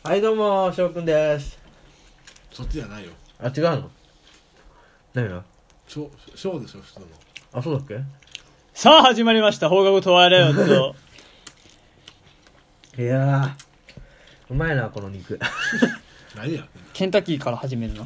はいどうも翔くんです。 そっちじゃないよ。 あ、違うの？何が？ ショーでしょ、普通の。 あ、そうだっけ？ さあ始まりました放課後トワイライトいやーうまいなこの肉。 何や。 ケンタッキーから始めるの。 うん。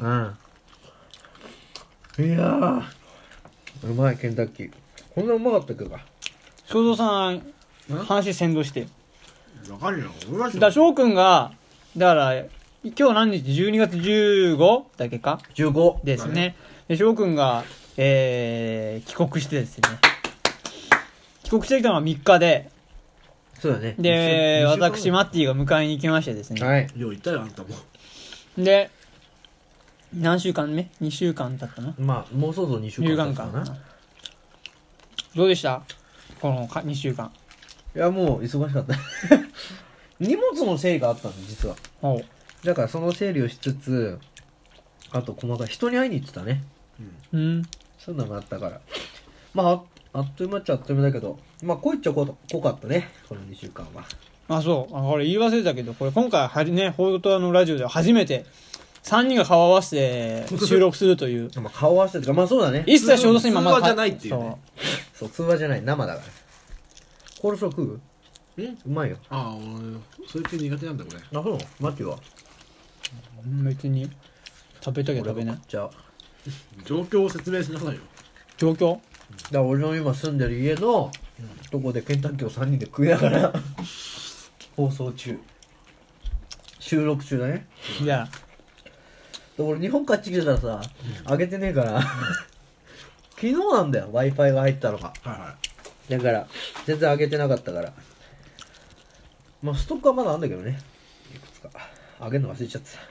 いやーうまいケンタッキー。こんなうまかったっけか。 正蔵さん話先導して。 わかるよ。俺はだから翔くんがだから今日何日12月15だっけか 15 ですね。で翔くんが、帰国してですね、帰国してきたのは3日で、 そうだね。 で二週間私マッティが迎えに行きましてですね、 はい。 よう言ったよ、あんたも。 で何週間目 ?2 週間経ったのまあもうそろそろ2週入間経つかな。 館かどうでしたこの2週間。 いやもう忙しかった荷物の整理があったんで実は。 おう。 だからその整理をしつつ、あと細かい人に会いに行ってたね。 うんそういうのがあったから、まああっという間っちゃあっという間だけど、まあこいっちゃ濃かったねこの2週間は。 あ、そう。これ言い忘れたけど、これ今回はね、ホールトアのラジオでは初めて3人が顔合わせて収録するという。 まあ顔合わせてとか、まあそうだね。 一切衝突今まだ通話じゃないっていうね。 そう通話じゃない生だから。コールスロー食う？うまいよ。 ああ、俺、それって苦手なんだ、これ。 あ、そう？マキは？ 別に食べたけど食べない。 じゃあ状況を説明しなさいよ。 状況？ だから俺の今住んでる家のとこでケンタッキーを3人で食いながら放送中、収録中だね。 いや、 で俺日本帰ってきてたらさ、あげてねえから昨日なんだよ Wi-Fi が入ったのが。 はいはだから全然あげてなかったから、まあストックはまだあるんだけどね、いくつかあげるの忘れちゃってた。 い。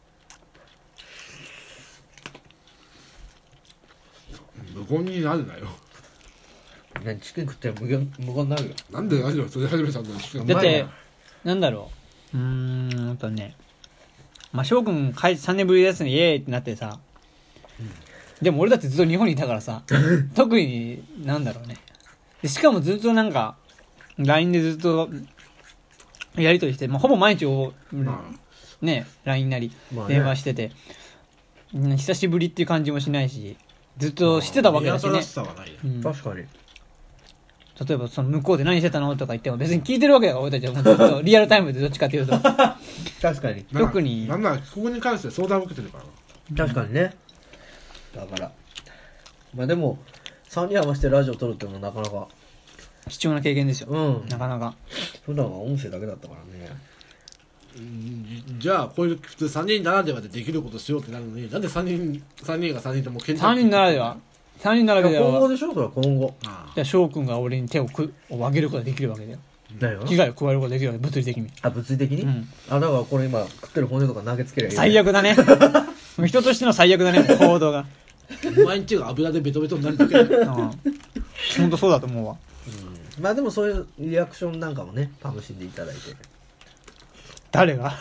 無言になるなよ。 何チキン食って無言になるよ。 なんでラジオそれ始めたんだよ。 うまいなだって、なんだろう。ね。まあ、翔くん帰って3年ぶりですね、イエーイってなってさ。でも俺だってずっと日本にいたからさ、特に、なんだろうね。でしかもずっとなんか、LINE でずっと、やりとりして、まあ、ほぼ毎日ね、LINE なり、 まあね電話してて、久しぶりっていう感じもしないし、ずっとしてたわけだしね見新し。さはないね。 うん確かに。 例えばその向こうで何してたのとか言っても別に聞いてるわけだから俺たちはもうずっとリアルタイムでどっちかっていうと確かに特になんなら、ここに関して相談を受けてるからな。 確かにね。だからまあでも3人合わせてラジオ撮るってのもなかなか、 貴重な経験ですよ、 うん、 なかなか。 普段は音声だけだったからね。 じゃあ、こういう普通3人ならではでできることしようってなるのに、なんで3人が3人ともケンタッ 3 キー人ならでは3人ならでいや今後はでしょそれは今後。 あじゃあ翔くんが俺に手を上げることができるわけだよ。 何が？ 危害を加えることができるわけ物理的に。 あ、物理的に、 うんあ、だからこれ今食ってる骨とか投げつけりゃいい。 最悪だね人としての最悪だね行動が。 あ。お前んちが油でベトベトになるだけで。 本当そうだと思うわ。 まあでもそういうリアクションなんかもね楽しんでいただいて。 誰が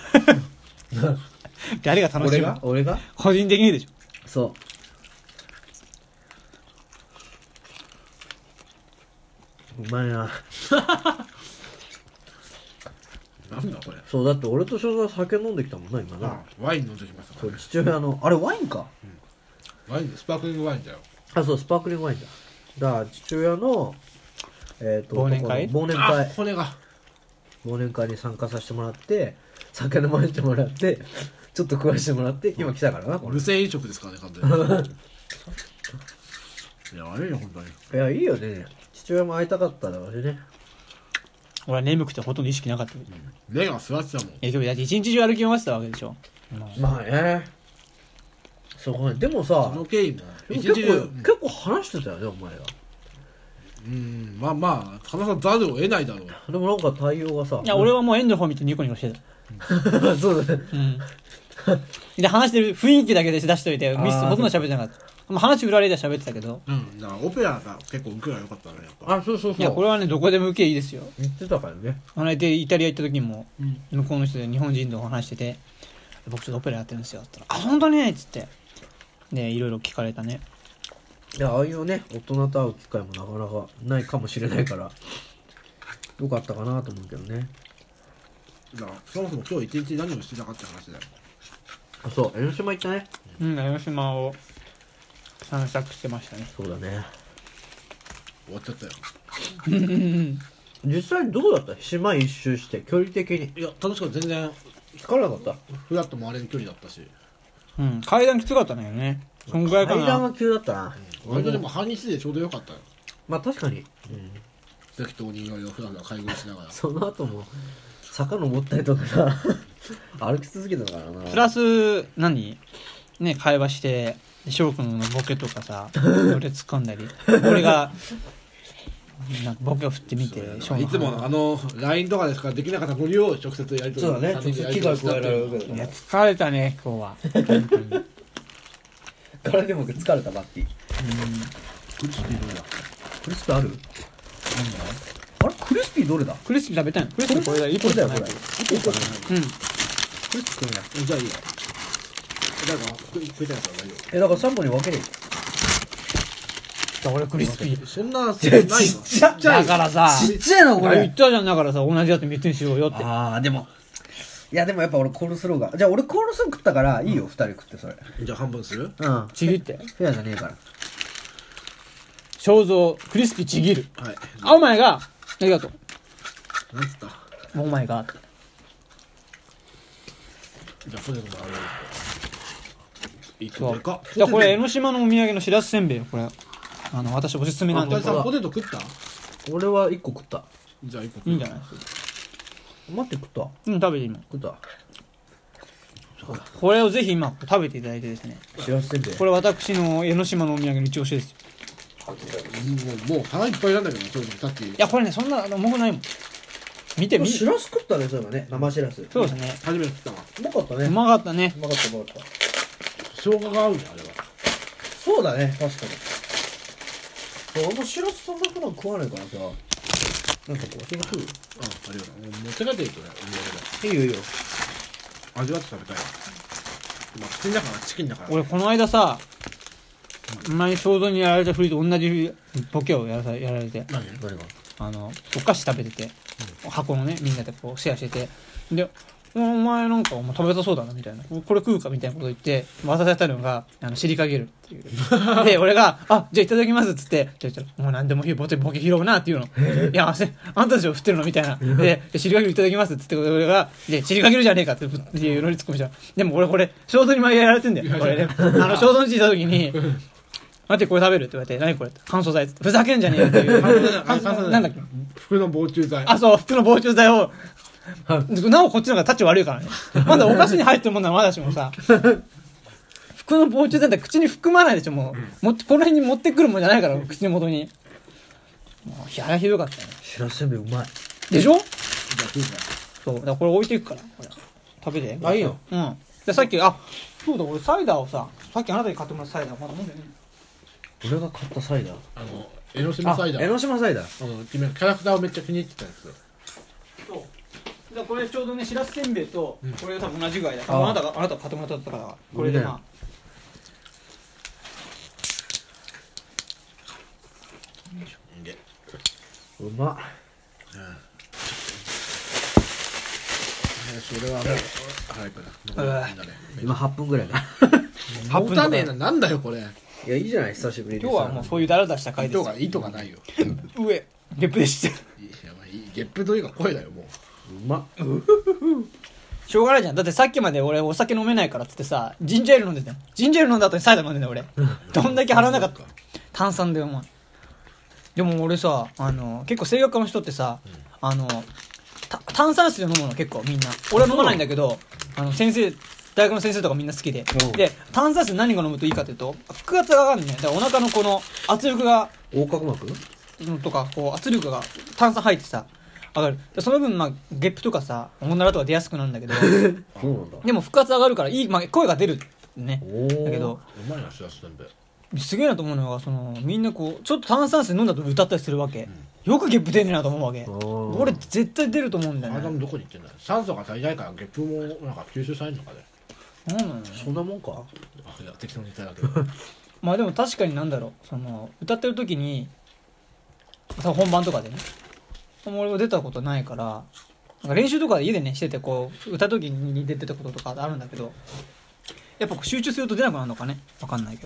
誰が楽しむ？ 俺が個人的にでしょ。 そううまいな。 なんだこれ。 そうだって俺と翔太酒飲んできたもんな今な。 あワイン飲んできましたからね。 そう父親のあれワインか。 ワインでスパークリングワインだよ。 あ、そうスパークリングワインだ。だから父親の忘年会あ、骨が。 忘年会に参加させてもらって酒飲ませてもらってちょっと食わしてもらって今来たからなこれ。 無銭飲食ですからね、完全に。いや、悪いよ、本当に。 いやいいよね。父親も会いたかっただろうしね。 俺は眠くてほとんど意識なかった。 目が座ってたもん。 今日だって一日中歩き回ってたわけでしょ。 まあね。そうね。でもそさの経緯も、 でも一日中、 結構話してたよねお前が。 まあまあ、話さざるを得ないだろう。 でもなんか対応がさ。 いや、俺はもうエンドの方見てニコニコしてた。 そうだね。 うん。で、話してる雰囲気だけで出しといて、 あーミスほとんど喋ってなかった。まあ、話振られては喋ってたけど、 だからオペラが結構受けが良かったね、やっぱ。 あ、そうそうそう。 いや、これはね、どこでも受けいいですよ。 言ってたからね。 イタリア行った時も、向こうの人で日本人と話してて、僕ちょっとオペラやってるんですよ。って言ったら、あ、本当にっつって。で、いろいろ聞かれたね。 いや、ああいうね大人と会う機会もなかなかないかもしれないからよかったかなと思うけどね。 だからそもそも今日一日何をしてたかって話だよ。 あ、そう江ノ島行ったね。 うん江ノ島を散策してましたね。 そうだね。 終わっちゃったよ。 実際どうだった？島一周して距離的にいや楽しかった。全然疲れなかった？ フラット回れる距離だったし、 うん階段きつかったんだよね。そんぐらいかな。 階段は急だったな。 割とでも半日でちょうどよかったよ。 まあ確かに、 適当にいろいろ普段の買い食いしながら。 その後も坂登ったりとかさ歩き続けたからな。 プラス何ね会話して翔くんのボケとかさ俺突っ込んだり俺がなんかボケを振ってみて翔いつものLINE とかでしかできなかったノリを直接やりとり。 そうだね。直接危害加えられるわけだいやか疲れたね今日は本当にら。からでも疲れたバッティ。 クリスピーどれだ。 クリスピーある？あれクリスピーどれだ？ クリスピー食べたいのクリスピーこれだ1 これだよこれ。 本じゃない一個かな。 うんクリスピー食うな。 じゃあいいよ。だから食いたいから大丈だから3本に分けるよ。 俺クリスピー夫。そんなないの。 ちっちゃいだからさちっちゃいのこあ言っれ。 たじゃんだからさ同じやつ3つにしようよってああでも。いやでもやっぱ俺コールスローが。じゃあ俺コールスロー食ったからいいよ2人食ってそれ。 じゃあ半分する。 うん。 ちぎってフェアじゃねえから。 肖像クリスピーちぎるはい。 あお前がありがとなんつった。 うお前がじゃあポテトもある。いいそうでかっ。 じゃあこれ江ノ島のお土産のしらすせんべいよこれ私おすすめなんでこれはあ二人さんポテト食った。 俺は1個食った。 じゃあ一個食う。 いいんじゃない待って食った。 うん食べて今食った。 これをぜひ今食べていただいてですねしらすせんべい。 これ私の江ノ島のお土産の一押しですよもう腹いっぱいなんだけど、そういうのさっきいやこれねそんな重くないもん見てみしらす食ったねそういえばね。生しらす。 そうですね初めて食ったわ。 うまかったね。 うまかったねうまかったうまかった。 生姜が合うねあれは。 そうだね確かに。あんましらすそんな普段食わないからさ。なんかこうそれが食う？ ありがとう。もう持って帰っていいとね。 いいよいいよ。 味わって食べたいわ。まあ口の中がチキンだから。 俺この間さ前に肖像にやられたふりと同じボケをやられて何が。 お菓子食べてて、箱のねみんなでこうシェアしててでお前なんかお前食べたそうだなみたいなこれ食うかみたいなこと言って渡されたのが尻かげるっていうで俺があじゃあいただきますっつってじゃあお前何でもボケ拾うなっていうのいやあんたたちを振ってるのみたいなで尻かげるいただきますっつって俺がで尻かげるじゃねえかっていうのに突っ込みじゃんでも俺これ衝動に前やられてんだよこれね衝動についた時に待ってこれ食べるって言われて何これ乾燥剤ってふざけんじゃねえよっていうなんだっけ服の防虫剤。 あそう服の防虫剤をなおこっちの方がタッチ悪いからねまだお菓子に入ってるもんならまだしもさ服の防虫剤って口に含まないでしょもうこの辺に持ってくるもんじゃないから口元にもうあれひどかったねしらすせんべいうまい。 でしょじゃあ食うか。 そうだからこれ置いていくからこれ食べてあいいよ。 うんでさっきそうだ俺サイダーをさっきあなたに買ってもらったサイダーまだ飲んでね俺が買ったサイダー。 江ノ島サイダー。 江ノ島サイダー。 君キャラクターをめっちゃ気に入ってたやつ。 そうだこれちょうどねしらすせんべいとこれが多分同じぐらいだああなた買ってもらったからこれでまでうまっ。 それはもう早くな。 あ今8分ぐらいだ。 8分持たねえな。なんだよこれ。 いやいいじゃない久しぶりにさ。 今日はもうそういうダラダラした回ですよ糸がないよ。 上ゲップでしたやばいゲップというか声だよもう。 うまっ。 しょうがないじゃんだってさっきまで俺お酒飲めないからっつってさジンジャーエール飲んでたよジンジャーエール飲んだ後にサイダー飲んでたよ俺どんだけ腹なかった炭酸でお前でも俺さ結構声楽家の人ってさ炭酸水で飲むの結構みんな俺は飲まないんだけど大学の先生とかみんな好きでで炭酸水何が飲むといいかというと腹圧が上がるんだよだからお腹のこの圧力が横隔膜？ とかこう圧力が炭酸入ってさ上がるその分ゲップとかさおならとか出やすくなるんだけどそうなんだ。 でも腹圧上がるからいい、声が出るねおーだけどうまいなしらすせんべい。 すげえなと思うのがみんなこうちょっと炭酸水飲んだと歌ったりするわけ、よくゲップ出ねえなと思うわけー俺絶対出ると思うんだよね体もどこに行ってんだよ。酸素が足りないからゲップもなんか吸収されるのかね。 なんなのよそんなもんか？ いや適当に言っただけど。 まあでも確かになんだろう歌ってる時に本番とかでね俺は出たことないからなんか練習とか家でねしててこう歌う時に出てたこととかあるんだけど、やっぱ集中すると出なくなるのかね、わかんないけど。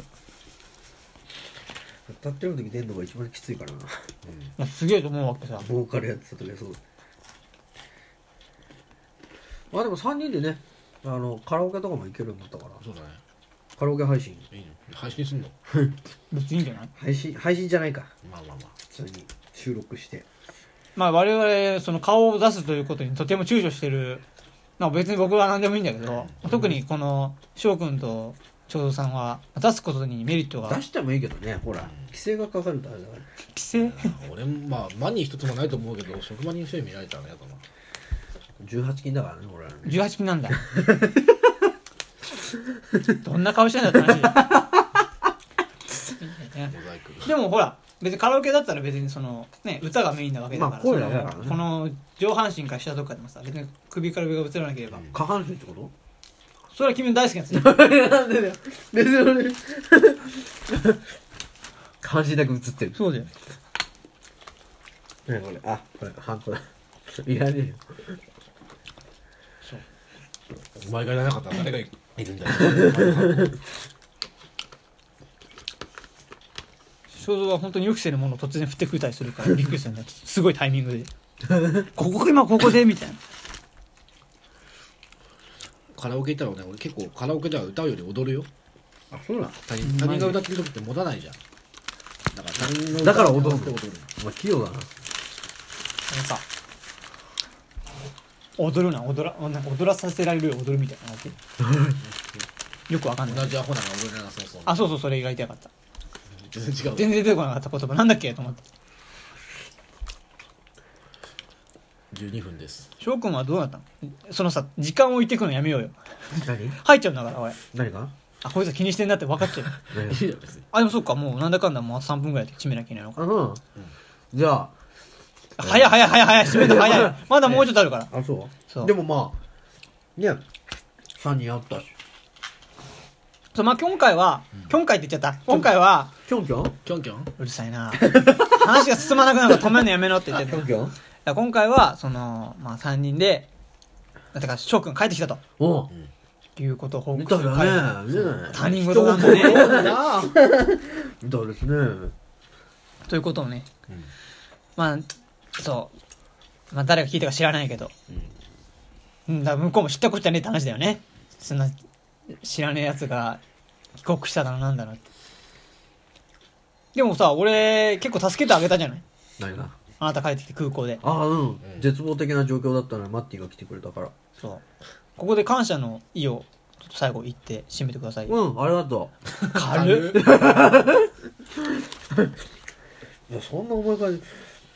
歌ってる時出るのが一番きついからな。 いやすげえと思うわけさ。 ボーカルやってた時はそう。まあでも3人でね、カラオケとかも行けるようになったから。 そうだね。 カラオケ配信。 いいの配信すんの？ 別にいいんじゃない？ 配信じゃないか。 まあまあまあ。 普通に収録して。 まあ我々その顔を出すということにとても躊躇してる。まあ別に僕は何でもいいんだけど、特にこの翔くんと長蔵さんは出すことにメリットが。 出してもいいけどね、ほら規制がかかるとあれだから。 規制？ 俺もまあマニー一つもないと思うけど、職場に人に見られたら嫌だな。 18禁だからね、俺らね。 18禁なんだ。どんな顔してんだって話。 モザイク。 でもほら別にカラオケだったら別にそのね歌がメインなわけだから、 まあ声だけだからねこの上半身から下とかでもさ別に首から上が映らなければ、 下半身ってことそれは君の大好きなやつ。 なんでだよ。別に俺下半身だけ映ってる。 そうだよ。 ねこれ、あ、これハンコだ。いらねえよ。 お前がいらなかったら誰がいるんだよ。 肖像は本当に予期せぬものを突然振ってくれたりするからびっくりするんだよ。すごいタイミングで今ここでみたいな。 カラオケ行ったらね、俺結構カラオケでは歌うより踊るよ。 あ、そうな他人が歌ってる時って持たないじゃん。だから他人のだから踊るって踊る。 お前器用だな。 あのさ踊るななんか踊らさせられるよ踊るみたいなわけよくわかんない。 同じアホなの踊れなさそう。 あ、そうそう、それが言いたかった。 全然違う。 全然出てこなかった言葉なんだっけと思って。 12分です。 翔くんはどうなったの？そのさ時間置いてくのやめようよ。 何入っちゃうんだから俺。 何かあ、こいつは気にしてんだって分かっちゃう。 いいじゃん別に。 あ、でもそっか、もうなんだかんだもうあと3分ぐらいで締めなきゃいけないのか。 じゃあ、 早い締めた早い。まだもうちょっとあるから。 あ、そうそうでもまあ、ね、3人あったし。 そう、まあ今回って言っちゃった。今回は、 キョンキョンキョンキョン？ うるさいな話が進まなくなるから止めるのやめろって言ってる。 キョンキョン今回は、その、まあ3人で、だから翔くん帰ってきたと。 おういうことを報見告する回。 たらね、 他人事なんだね。 見たですね。 ということをね、 うんまあ、そう。まあ誰が聞いたか知らないけど。うん、だから向こうも知ったこっちゃねえって話だよね。そんな、知らねえやつが帰国しただのなんだろうって。でもさ、俺結構助けてあげたじゃない？ 何があなた帰ってきて空港で。 ああ、絶望的な状況だったのにマッティが来てくれたから。 そう。ここで感謝の意をちょっと最後言って締めてくださいよ。 ありがと軽っ。 う。いや、そんな思い返し。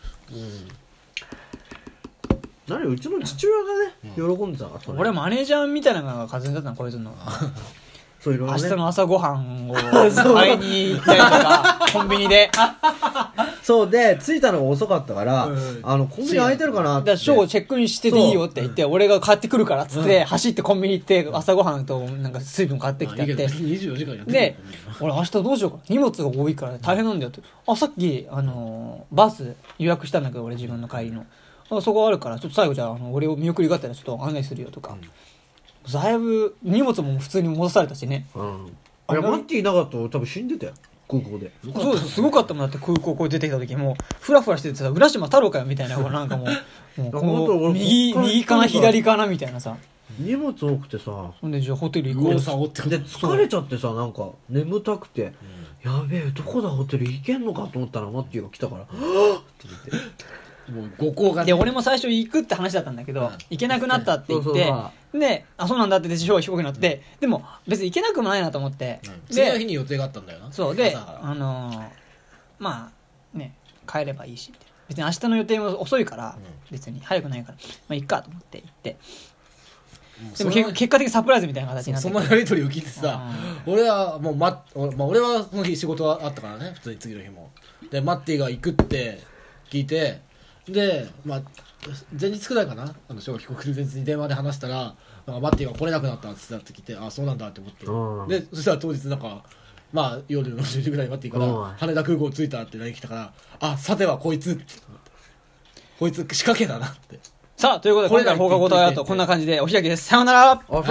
何うちの父親がね、喜んでたからそれ。 俺マネージャーみたいなのが風邪だったのこいつの。 そういろいろね。 明日の朝ごはんを買いに行ったりとか、コンビニで。 そうで、着いたのが遅かったから、コンビニ空いてるかなって。 だからショーをチェックインしてていいよって言って、俺が買ってくるからっつって、走ってコンビニ行って、朝ごはんとなんか水分買ってきてやって。 24時間やってるで、俺明日どうしようか。荷物が多いから大変なんだよって。あ、さっき、バス予約したんだけど、俺自分の帰りの。そこあるから、ちょっと最後じゃあ、俺を見送りがてらちょっと案内するよとか。だいぶ、荷物も普通に戻されたしね。 いや、マッティいなかったら多分死んでたよ。空港で。 そうです、すごかったもんだって空港こう出てきた時もうフラフラしててさ、浦島太郎かよみたいな、なんかもうこう右かな左かなみたいなさ。 荷物多くてさ、 ほんでじゃあホテル行こう。 さおってことで疲れちゃってさ、なんか眠たくて、やべえどこだホテル行けんのかと思ったらマッティが来たから、はぁって言って、 もう五行がね。 で俺も最初行くって話だったんだけど、行けなくなったって言って、で、あ、そうなんだってで飛行機に乗って、でも別に行けなくもないなと思って、 次の日に予定があったんだよな。 そうで、 朝からまあね、帰ればいいしみたいな。別に明日の予定も遅いから、別に早くないから、まあ行っかと思って行って、でも結果的にサプライズみたいな形になって、 そのやり取りを聞いてさ、俺はもう俺はその日仕事はあったからね、普通に次の日も。でマッティが行くって聞いて、でまあ前日くらいかな、小学帰国前日に電話で話したら、なんかマッティが来れなくなったって聞いて、あ、そうなんだって思って、でそしたら当日なんか、まあ夜の10時ぐらいにマッティから羽田空港着いたって LINE 来たから、あ、さてはこいつ仕掛けだなって。 さあ、ということで、今回の放課後トライアウト、こんな感じでお開きです。さようなら。